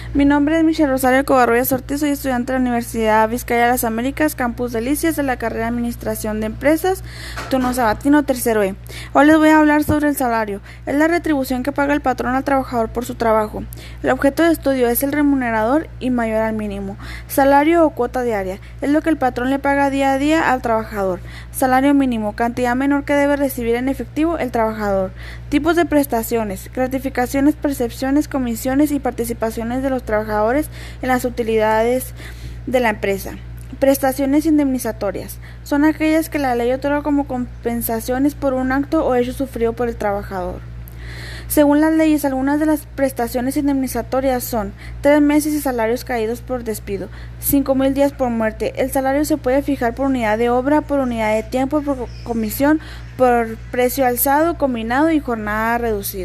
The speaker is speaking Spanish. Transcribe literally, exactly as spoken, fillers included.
Mi nombre es Michelle Rosario Covarrubias Ortiz, soy estudiante de la Universidad Vizcaya de las Américas, Campus Delicias, de la carrera de Administración de Empresas, turno sabatino tercero E. Hoy les voy a hablar sobre el salario. Es la retribución que paga el patrón al trabajador por su trabajo. El objeto de estudio es el remunerador y mayor al mínimo. Salario o cuota diaria es lo que el patrón le paga día a día al trabajador. Salario mínimo, cantidad menor que debe recibir en efectivo el trabajador. Tipos de prestaciones, gratificaciones, percepciones, comisiones y participaciones de los trabajadores en las utilidades de la empresa. Prestaciones indemnizatorias son aquellas que la ley otorga como compensaciones por un acto o hecho sufrido por el trabajador. Según las leyes, algunas de las prestaciones indemnizatorias son tres meses y salarios caídos por despido, cinco mil días por muerte. El salario se puede fijar por unidad de obra, por unidad de tiempo, por comisión, por precio alzado, combinado y jornada reducida.